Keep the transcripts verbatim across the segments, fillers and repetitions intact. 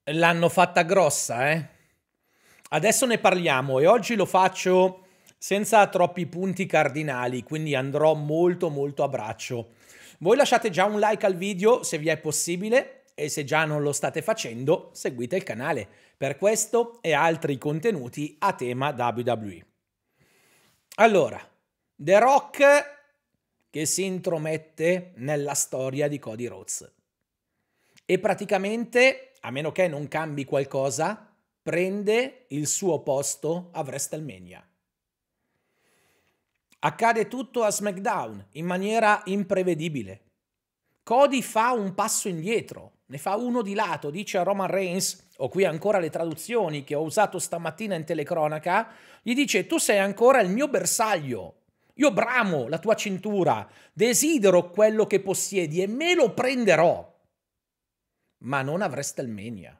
L'hanno fatta grossa, eh? Adesso ne parliamo e oggi lo faccio senza troppi punti cardinali, quindi andrò molto molto a braccio. Voi lasciate già un like al video se vi è possibile e se già non lo state facendo, seguite il canale per questo e altri contenuti a tema W W E. Allora, The Rock che si intromette nella storia di Cody Rhodes e praticamente, a meno che non cambi qualcosa, prende il suo posto a WrestleMania. Accade tutto a SmackDown in maniera imprevedibile. Cody fa un passo indietro, ne fa uno di lato, dice a Roman Reigns, ho qui ancora le traduzioni che ho usato stamattina in telecronaca, gli dice tu sei ancora il mio bersaglio, io bramo la tua cintura, desidero quello che possiedi e me lo prenderò, ma non a WrestleMania.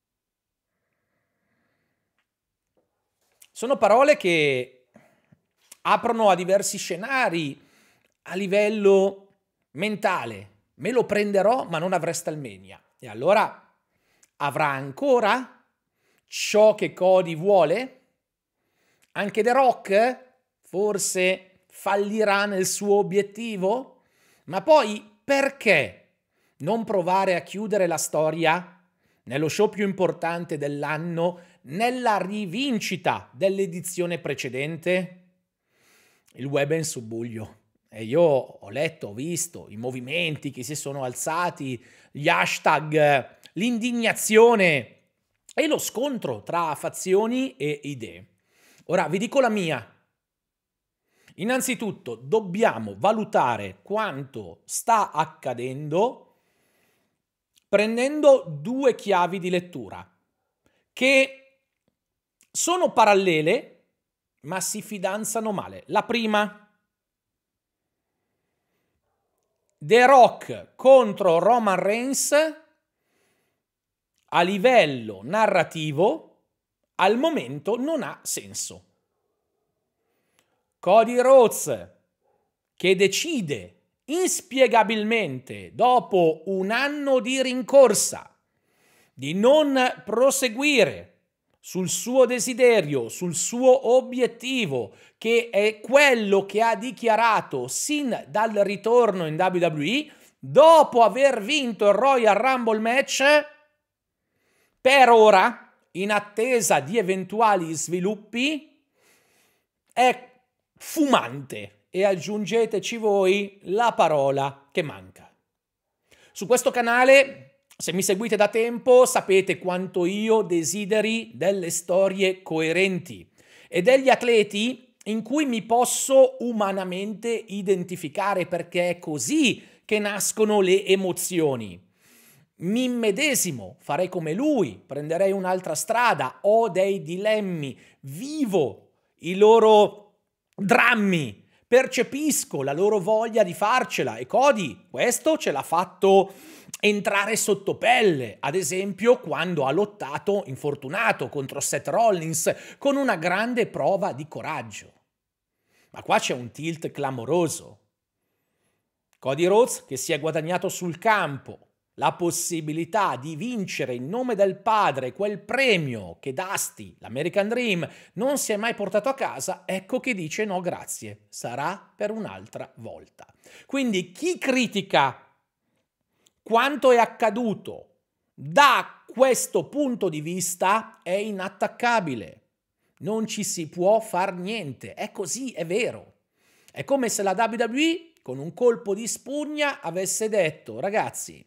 Sono parole che aprono a diversi scenari a livello mentale. Me lo prenderò, ma non a WrestleMania. E allora avrà ancora ciò che Cody vuole? Anche The Rock forse fallirà nel suo obiettivo? Ma poi perché non provare a chiudere la storia nello show più importante dell'anno, nella rivincita dell'edizione precedente? Il web è in subbuglio e io ho letto, ho visto i movimenti che si sono alzati, gli hashtag, l'indignazione e lo scontro tra fazioni e idee. Ora vi dico la mia. Innanzitutto dobbiamo valutare quanto sta accadendo prendendo due chiavi di lettura che sono parallele ma si fidanzano male. La prima, The Rock contro Roman Reigns a livello narrativo al momento non ha senso. Cody Rhodes che decide inspiegabilmente dopo un anno di rincorsa di non proseguire sul suo desiderio, sul suo obiettivo, che è quello che ha dichiarato sin dal ritorno in W W E, dopo aver vinto il Royal Rumble match, per ora, in attesa di eventuali sviluppi, è fumante. E aggiungeteci voi la parola che manca. Su questo canale, se mi seguite da tempo, sapete quanto io desideri delle storie coerenti e degli atleti in cui mi posso umanamente identificare, perché è così che nascono le emozioni. Mi immedesimo, farei come lui, prenderei un'altra strada, ho dei dilemmi, vivo i loro drammi, percepisco la loro voglia di farcela e Cody questo ce l'ha fatto entrare sotto pelle, ad esempio quando ha lottato infortunato contro Seth Rollins con una grande prova di coraggio. Ma qua c'è un tilt clamoroso. Cody Rhodes che si è guadagnato sul campo la possibilità di vincere in nome del padre quel premio che Dusty, l'American Dream, non si è mai portato a casa, ecco che dice no grazie, sarà per un'altra volta. Quindi chi critica quanto è accaduto da questo punto di vista è inattaccabile, non ci si può far niente, è così, è vero. È come se la W W E con un colpo di spugna avesse detto ragazzi,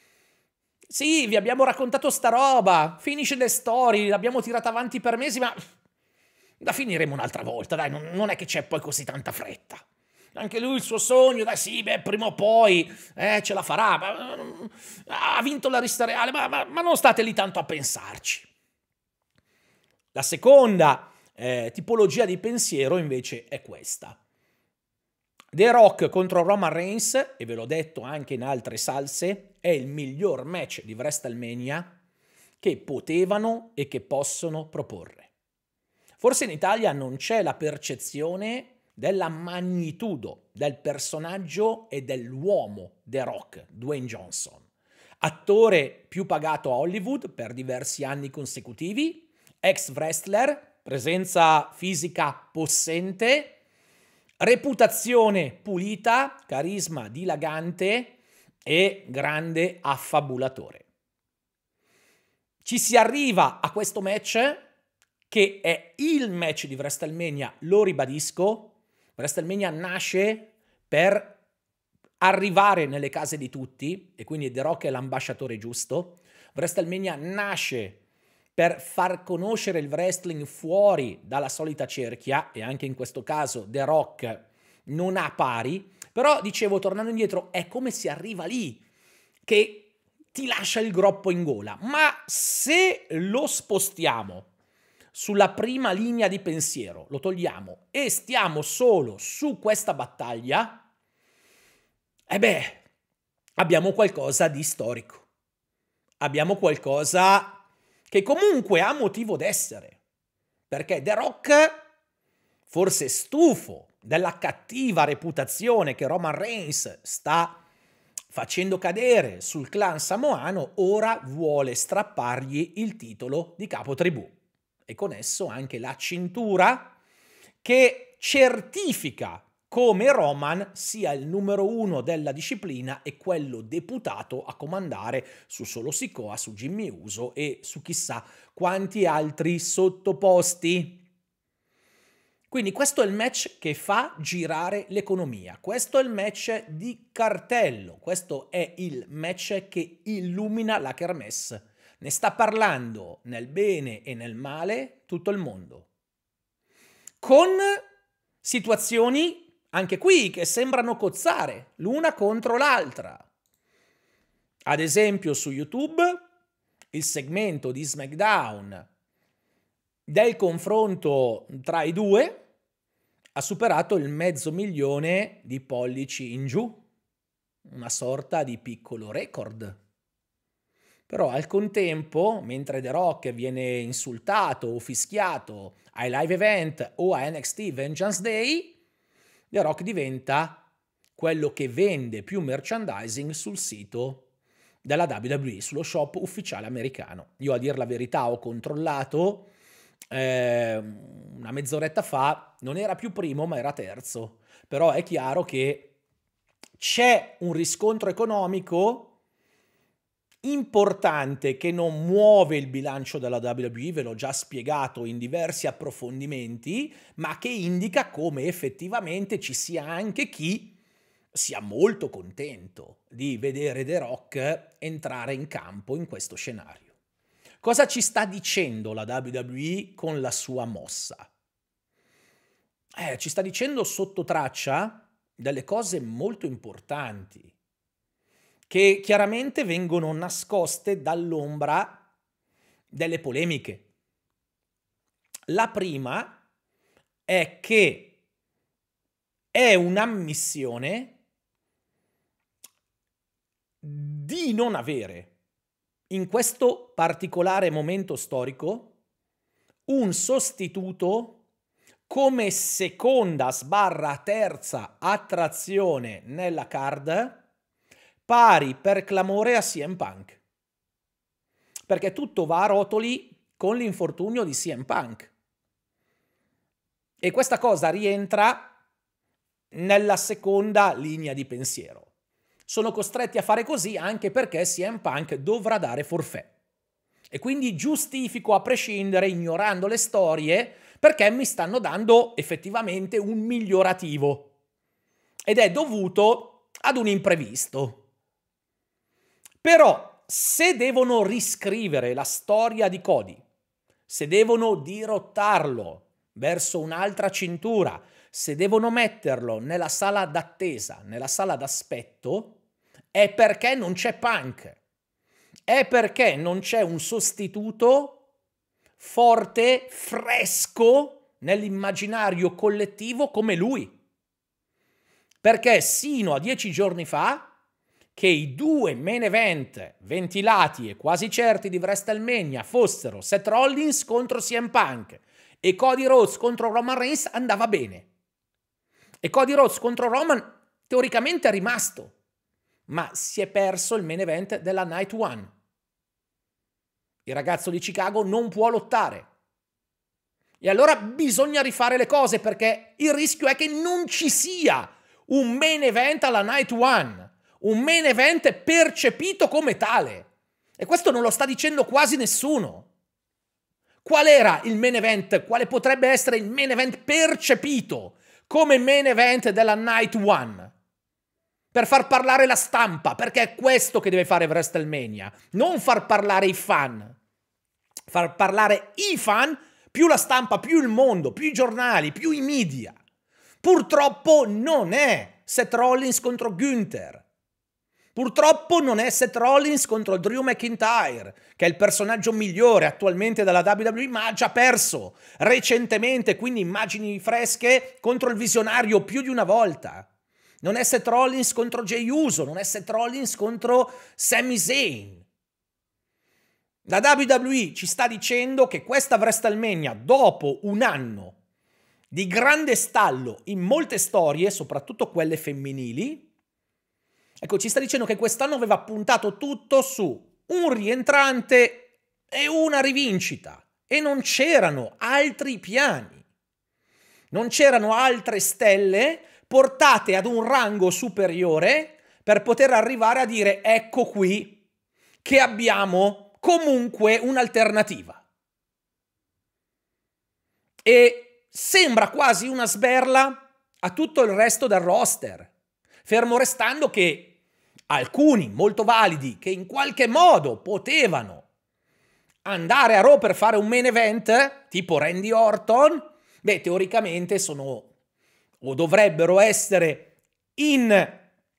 sì, vi abbiamo raccontato sta roba, finisce le storie, l'abbiamo tirata avanti per mesi, ma la finiremo un'altra volta, dai, non, non è che c'è poi così tanta fretta. Anche lui il suo sogno, dai sì, beh, prima o poi eh, ce la farà, ma, ha vinto la rista reale, ma, ma, ma non state lì tanto a pensarci. La seconda eh, tipologia di pensiero invece è questa. The Rock contro Roman Reigns, e ve l'ho detto anche in altre salse, è il miglior match di WrestleMania che potevano e che possono proporre. Forse in Italia non c'è la percezione della magnitudo del personaggio e dell'uomo The Rock, Dwayne Johnson. attore più pagato a Hollywood per diversi anni consecutivi, ex wrestler, presenza fisica possente, reputazione pulita, carisma dilagante e grande affabulatore. Ci si arriva a questo match che è il match di WrestleMania, lo ribadisco. WrestleMania nasce per arrivare nelle case di tutti e quindi The Rock è l'ambasciatore giusto. WrestleMania nasce per far conoscere il wrestling fuori dalla solita cerchia e anche in questo caso The Rock non ha pari. Però dicevo, tornando indietro, è come si arriva lì che ti lascia il groppo in gola. Ma se lo spostiamo sulla prima linea di pensiero, lo togliamo e stiamo solo su questa battaglia, e beh, abbiamo qualcosa di storico. Abbiamo qualcosa che comunque ha motivo d'essere. Perché The Rock, forse stufo della cattiva reputazione che Roman Reigns sta facendo cadere sul clan samoano, ora vuole strappargli il titolo di capo tribù. E con esso anche la cintura che certifica come Roman sia il numero uno della disciplina e quello deputato a comandare su Solo Sikoa, su Jimmy Uso e su chissà quanti altri sottoposti. Quindi questo è il match che fa girare l'economia, questo è il match di cartello, questo è il match che illumina la kermesse. Ne sta parlando nel bene e nel male tutto il mondo. Con situazioni anche qui che sembrano cozzare l'una contro l'altra. Ad esempio su YouTube il segmento di SmackDown del confronto tra i due ha superato il mezzo milione di pollici in giù, una sorta di piccolo record. Però al contempo, mentre The Rock viene insultato o fischiato ai live event o a N X T Vengeance Day, The Rock diventa quello che vende più merchandising sul sito della W W E, sullo shop ufficiale americano. Io, a dir la verità, ho controllato eh, una mezz'oretta fa, non era più primo ma era terzo, però è chiaro che c'è un riscontro economico importante che non muove il bilancio della W W E, ve l'ho già spiegato in diversi approfondimenti, ma che indica come effettivamente ci sia anche chi sia molto contento di vedere The Rock entrare in campo in questo scenario. Cosa ci sta dicendo la W W E con la sua mossa? Eh, ci sta dicendo sotto traccia delle cose molto importanti, che chiaramente vengono nascoste dall'ombra delle polemiche. La prima è che è un'ammissione di non avere in questo particolare momento storico un sostituto come seconda sbarra terza attrazione nella card pari per clamore a C M Punk, perché tutto va a rotoli con l'infortunio di C M Punk e questa cosa rientra nella seconda linea di pensiero. Sono costretti a fare così anche perché C M Punk dovrà dare forfait e quindi giustifico a prescindere, ignorando le storie, perché mi stanno dando effettivamente un migliorativo ed è dovuto ad un imprevisto. Però se devono riscrivere la storia di Cody, se devono dirottarlo verso un'altra cintura, se devono metterlo nella sala d'attesa, nella sala d'aspetto, è perché non c'è Punk, è perché non c'è un sostituto forte, fresco nell'immaginario collettivo come lui. Perché sino a dieci giorni fa, che i due main event ventilati e quasi certi di WrestleMania fossero Seth Rollins contro C M Punk e Cody Rhodes contro Roman Reigns, andava bene. E Cody Rhodes contro Roman teoricamente è rimasto. ma si è perso il main event della Night One. Il ragazzo di Chicago non può lottare. E allora bisogna rifare le cose, perché il rischio è che non ci sia un main event alla Night One, un main event percepito come tale. E questo non lo sta dicendo quasi nessuno. Qual era il main event? Quale potrebbe essere il main event percepito come main event della Night One? Per far parlare la stampa, perché è questo che deve fare WrestleMania, non far parlare i fan. Far parlare i fan, più la stampa, più il mondo, più i giornali, più i media. Purtroppo non è Seth Rollins contro Gunther. Purtroppo non è Seth Rollins contro Drew McIntyre, che è il personaggio migliore attualmente della W W E, ma ha già perso recentemente, quindi immagini fresche, contro il visionario più di una volta. Non è Seth Rollins contro Jey Uso, non è Seth Rollins contro Sami Zayn. La W W E ci sta dicendo che questa WrestleMania, dopo un anno di grande stallo in molte storie, soprattutto quelle femminili, ecco, ci sta dicendo che quest'anno aveva puntato tutto su un rientrante e una rivincita, e non c'erano altri piani, non c'erano altre stelle portate ad un rango superiore per poter arrivare a dire: ecco qui che abbiamo comunque un'alternativa. E sembra quasi una sberla a tutto il resto del roster, fermo restando che alcuni molto validi, che in qualche modo potevano andare a Raw per fare un main event, tipo Randy Orton, beh, teoricamente sono o dovrebbero essere in,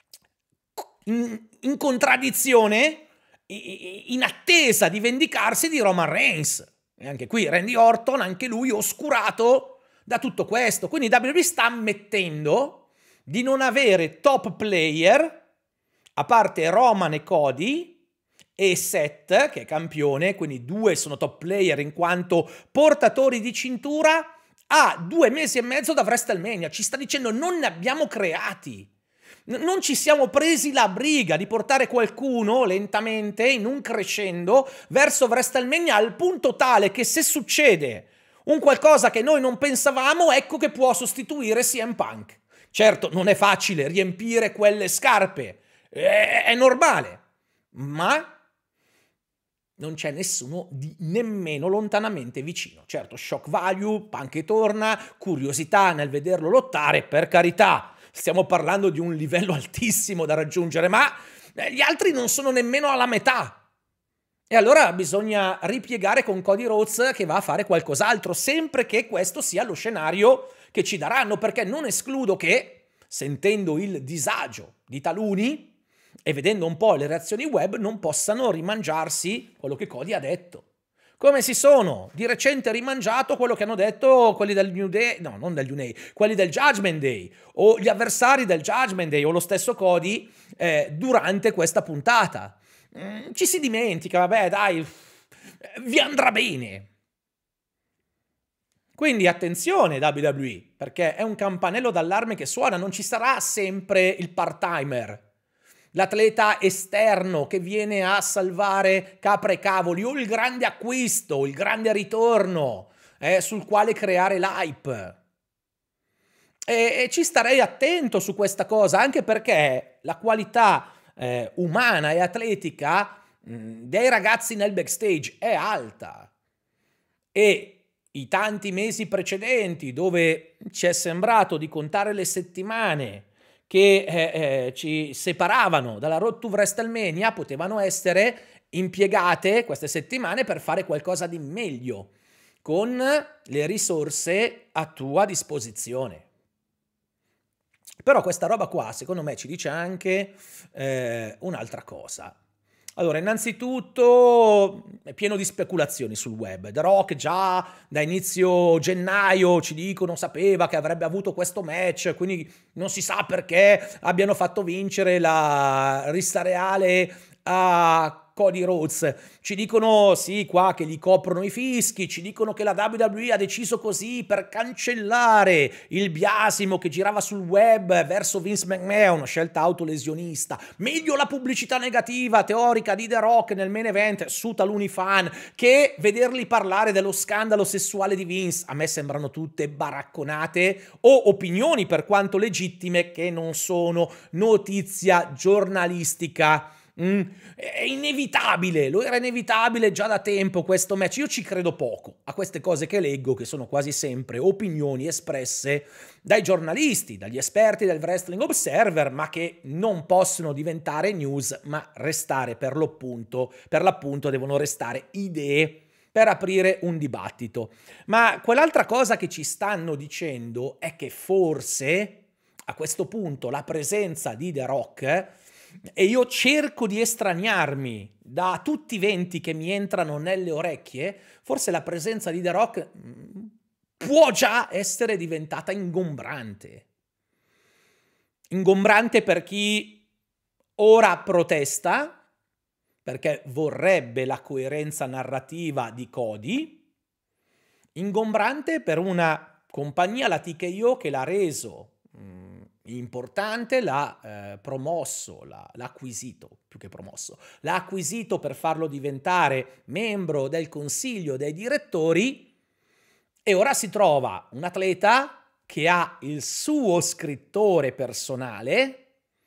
in, in contraddizione, in attesa di vendicarsi di Roman Reigns. E anche qui Randy Orton, anche lui oscurato da tutto questo. Quindi W W E sta ammettendo di non avere top player, a parte Roman e Cody, e Seth, che è campione, quindi due sono top player in quanto portatori di cintura, a due mesi e mezzo da WrestleMania. Ci sta dicendo: non ne abbiamo creati. Non ci siamo presi la briga di portare qualcuno lentamente in un crescendo verso WrestleMania, al punto tale che se succede un qualcosa che noi non pensavamo, ecco che può sostituire C M Punk. Certo, non è facile riempire quelle scarpe, è, è normale, ma non c'è nessuno di nemmeno lontanamente vicino. Certo, shock value, Punk che torna, curiosità nel vederlo lottare, per carità. Stiamo parlando di un livello altissimo da raggiungere, ma gli altri non sono nemmeno alla metà. E allora bisogna ripiegare con Cody Rhodes, che va a fare qualcos'altro, sempre che questo sia lo scenario che ci daranno, perché non escludo che, sentendo il disagio di taluni e vedendo un po' le reazioni web, non possano rimangiarsi quello che Cody ha detto. Come si sono di recente rimangiato quello che hanno detto quelli del New Day, no, non del New Day, quelli del Judgment Day, o gli avversari del Judgment Day, o lo stesso Cody eh, durante questa puntata. Mm, ci si dimentica, vabbè, dai, vi andrà bene. Quindi attenzione W W E, perché è un campanello d'allarme che suona, non ci sarà sempre il part-timer, l'atleta esterno che viene a salvare capre e cavoli, o il grande acquisto, il grande ritorno eh, sul quale creare l'hype. E, e ci starei attento su questa cosa, anche perché la qualità eh, umana e atletica mh, dei ragazzi nel backstage è alta. E i tanti mesi precedenti, dove ci è sembrato di contare le settimane che eh, eh, ci separavano dalla Road to WrestleMania, potevano essere impiegate queste settimane per fare qualcosa di meglio con le risorse a tua disposizione. Però questa roba qua, secondo me, ci dice anche eh, un'altra cosa. Allora, innanzitutto è pieno di speculazioni sul web. The Rock già da inizio gennaio ci dicono, sapeva che avrebbe avuto questo match, quindi non si sa perché abbiano fatto vincere la rissa reale a Cody Rhodes. Ci dicono sì qua che gli coprono i fischi, ci dicono che la W W E ha deciso così per cancellare il biasimo che girava sul web verso Vince McMahon, scelta autolesionista. Meglio la pubblicità negativa teorica di The Rock nel main event su taluni fan che vederli parlare dello scandalo sessuale di Vince. A me sembrano tutte baracconate o opinioni, per quanto legittime, che non sono notizia giornalistica. Mm, è inevitabile, lo era inevitabile già da tempo questo match. Io ci credo poco a queste cose che leggo, che sono quasi sempre opinioni espresse dai giornalisti, dagli esperti del Wrestling Observer, ma che non possono diventare news, ma restare per l'appunto, per l'appunto devono restare idee per aprire un dibattito. Ma quell'altra cosa che ci stanno dicendo è che forse a questo punto la presenza di The Rock, e io cerco di estraniarmi da tutti i venti che mi entrano nelle orecchie, forse la presenza di The Rock può già essere diventata ingombrante. Ingombrante per chi ora protesta, perché vorrebbe la coerenza narrativa di Cody, ingombrante per una compagnia, la T K O, che l'ha reso mh, importante, l'ha eh, promosso, l'ha, l'ha acquisito, più che promosso, l'ha acquisito per farlo diventare membro del consiglio dei direttori, e ora si trova un atleta che ha il suo scrittore personale,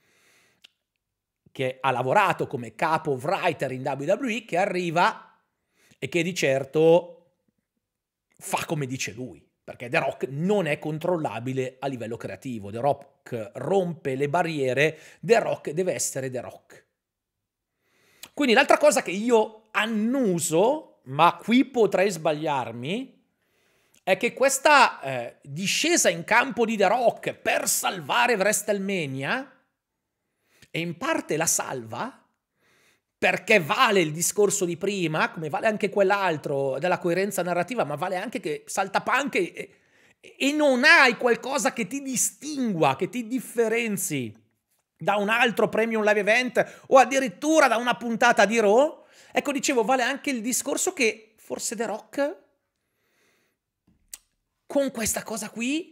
che ha lavorato come capo writer in W W E, che arriva e che di certo fa come dice lui, perché The Rock non è controllabile a livello creativo. The Rock rompe le barriere, The Rock deve essere The Rock. Quindi l'altra cosa che io annuso, ma qui potrei sbagliarmi, è che questa eh, discesa in campo di The Rock per salvare WrestleMania, e in parte la salva, perché vale il discorso di prima, come vale anche quell'altro della coerenza narrativa, ma vale anche che salta punk e, e non hai qualcosa che ti distingua, che ti differenzi da un altro premium live event o addirittura da una puntata di Raw. Ecco, dicevo, vale anche il discorso che forse The Rock con questa cosa qui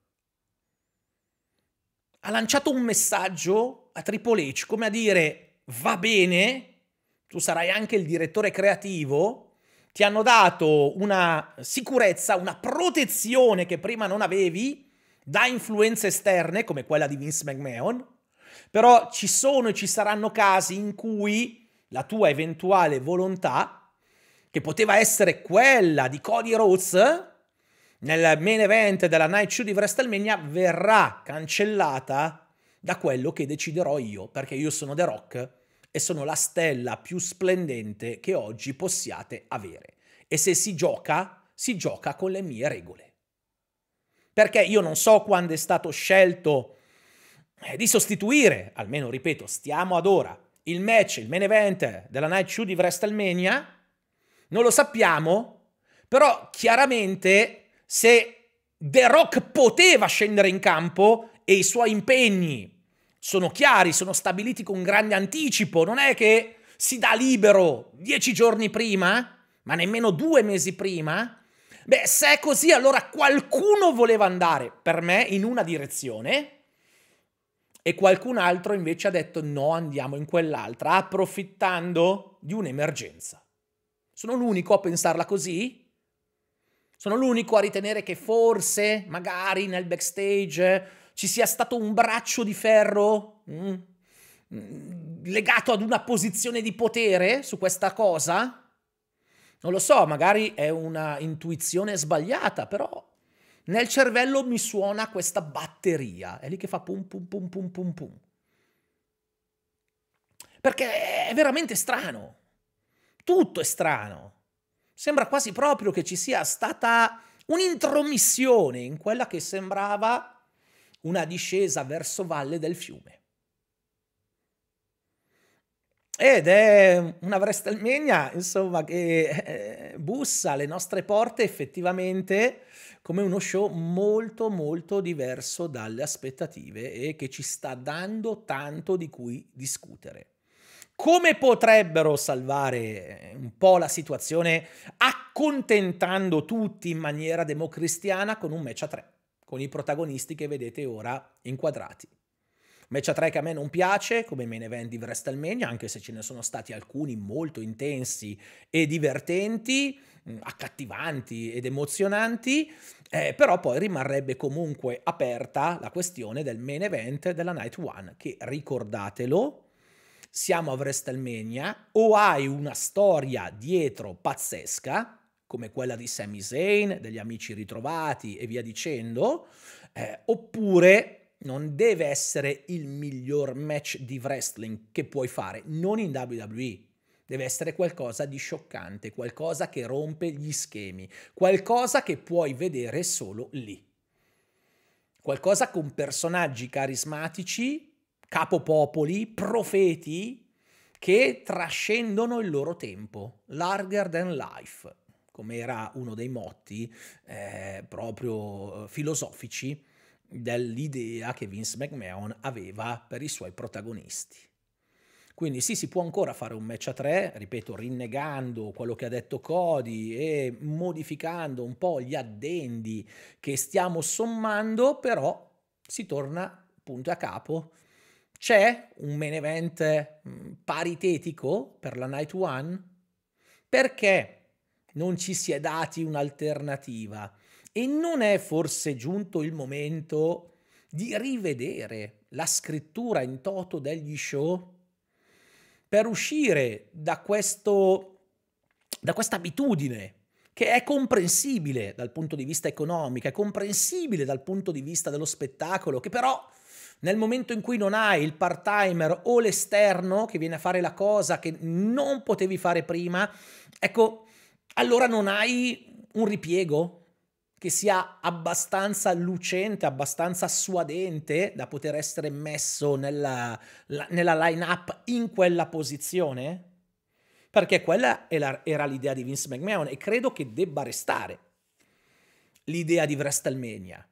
ha lanciato un messaggio a Triple H, come a dire: va bene, tu sarai anche il direttore creativo, ti hanno dato una sicurezza, una protezione che prima non avevi da influenze esterne come quella di Vince McMahon, però ci sono e ci saranno casi in cui la tua eventuale volontà, che poteva essere quella di Cody Rhodes nel main event della Night Show di WrestleMania, verrà cancellata da quello che deciderò io, perché io sono The Rock e sono la stella più splendente che oggi possiate avere. E se si gioca, si gioca con le mie regole. Perché io non so quando è stato scelto eh, di sostituire, almeno ripeto, stiamo ad ora, il match, il main event della Night Show di WrestleMania, non lo sappiamo, però chiaramente se The Rock poteva scendere in campo e i suoi impegni sono chiari, sono stabiliti con grande anticipo, non è che si dà libero dieci giorni prima, ma nemmeno due mesi prima, beh, se è così allora qualcuno voleva andare, per me, in una direzione e qualcun altro invece ha detto no, andiamo in quell'altra, approfittando di un'emergenza. Sono l'unico a pensarla così? Sono l'unico a ritenere che forse, magari nel backstage, ci sia stato un braccio di ferro mm, legato ad una posizione di potere su questa cosa? Non lo so, magari è una intuizione sbagliata, però nel cervello mi suona questa batteria. È lì che fa pum pum pum pum pum pum. Perché è veramente strano. Tutto è strano. Sembra quasi proprio che ci sia stata un'intromissione in quella che sembrava una discesa verso valle del fiume. Ed è una WrestleMania, insomma, che eh, bussa alle nostre porte effettivamente come uno show molto molto diverso dalle aspettative e che ci sta dando tanto di cui discutere. Come potrebbero salvare un po' la situazione accontentando tutti in maniera democristiana? Con un match a tre, con i protagonisti che vedete ora inquadrati. Match a tre che a me non piace come main event di WrestleMania, anche se ce ne sono stati alcuni molto intensi e divertenti, accattivanti ed emozionanti, eh, però poi rimarrebbe comunque aperta la questione del main event della Night One, che, ricordatelo, siamo a WrestleMania, o hai una storia dietro pazzesca, come quella di Sami Zayn, degli amici ritrovati e via dicendo, eh, oppure non deve essere il miglior match di wrestling che puoi fare, non in W W E. Deve essere qualcosa di scioccante, qualcosa che rompe gli schemi, qualcosa che puoi vedere solo lì. Qualcosa con personaggi carismatici, capopopoli, profeti che trascendono il loro tempo, larger than life, come era uno dei motti eh, proprio filosofici dell'idea che Vince McMahon aveva per i suoi protagonisti. Quindi sì, si può ancora fare un match a tre, ripeto, rinnegando quello che ha detto Cody e modificando un po' gli addendi che stiamo sommando, però si torna punto a capo. C'è un main event paritetico per la Night One? Perché non ci si è dati un'alternativa? E non è forse giunto il momento di rivedere la scrittura in toto degli show per uscire da questo, da questa abitudine che è comprensibile dal punto di vista economico, è comprensibile dal punto di vista dello spettacolo, che però nel momento in cui non hai il part-timer o l'esterno che viene a fare la cosa che non potevi fare prima, ecco, allora non hai un ripiego che sia abbastanza lucente, abbastanza suadente da poter essere messo nella, la, nella line-up in quella posizione? Perché quella era l'idea di Vince McMahon e credo che debba restare l'idea di WrestleMania.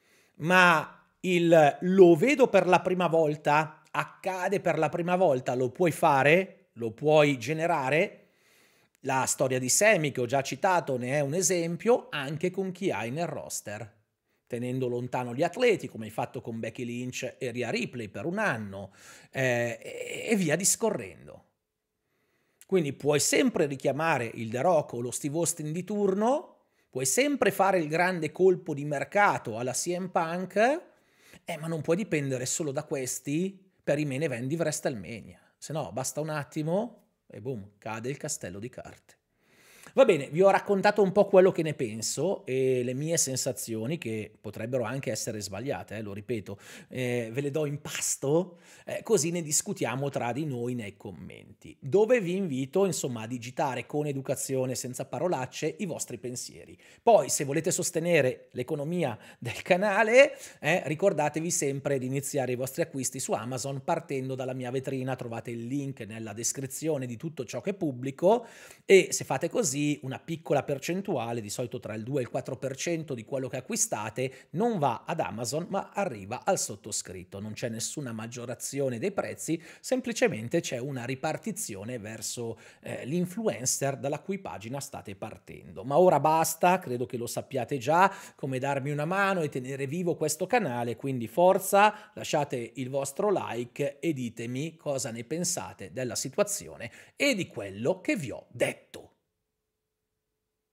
Ma il lo vedo per la prima volta, accade per la prima volta, lo puoi fare, lo puoi generare. La storia di Sami, che ho già citato, ne è un esempio, anche con chi hai nel roster, tenendo lontano gli atleti, come hai fatto con Becky Lynch e Rhea Ripley per un anno, eh, e via discorrendo. Quindi puoi sempre richiamare il The Rock o lo Steve Austin di turno, puoi sempre fare il grande colpo di mercato alla C M Punk, eh, ma non puoi dipendere solo da questi per i main event di WrestleMania. Se no, basta un attimo e boom, cade il castello di carte. Va bene, vi ho raccontato un po' quello che ne penso e le mie sensazioni, che potrebbero anche essere sbagliate, eh, lo ripeto, eh, ve le do in pasto, eh, così ne discutiamo tra di noi nei commenti, dove vi invito insomma a digitare con educazione, senza parolacce, i vostri pensieri. Poi, se volete sostenere l'economia del canale, eh, ricordatevi sempre di iniziare i vostri acquisti su Amazon partendo dalla mia vetrina, trovate il link nella descrizione di tutto ciò che pubblico e se fate così una piccola percentuale, di solito tra il due e il quattro per cento di quello che acquistate, non va ad Amazon ma arriva al sottoscritto. Non c'è nessuna maggiorazione dei prezzi, semplicemente c'è una ripartizione verso eh, l'influencer dalla cui pagina state partendo. Ma ora basta, credo che lo sappiate già come darmi una mano e tenere vivo questo canale, quindi forza, lasciate il vostro like e ditemi cosa ne pensate della situazione e di quello che vi ho detto.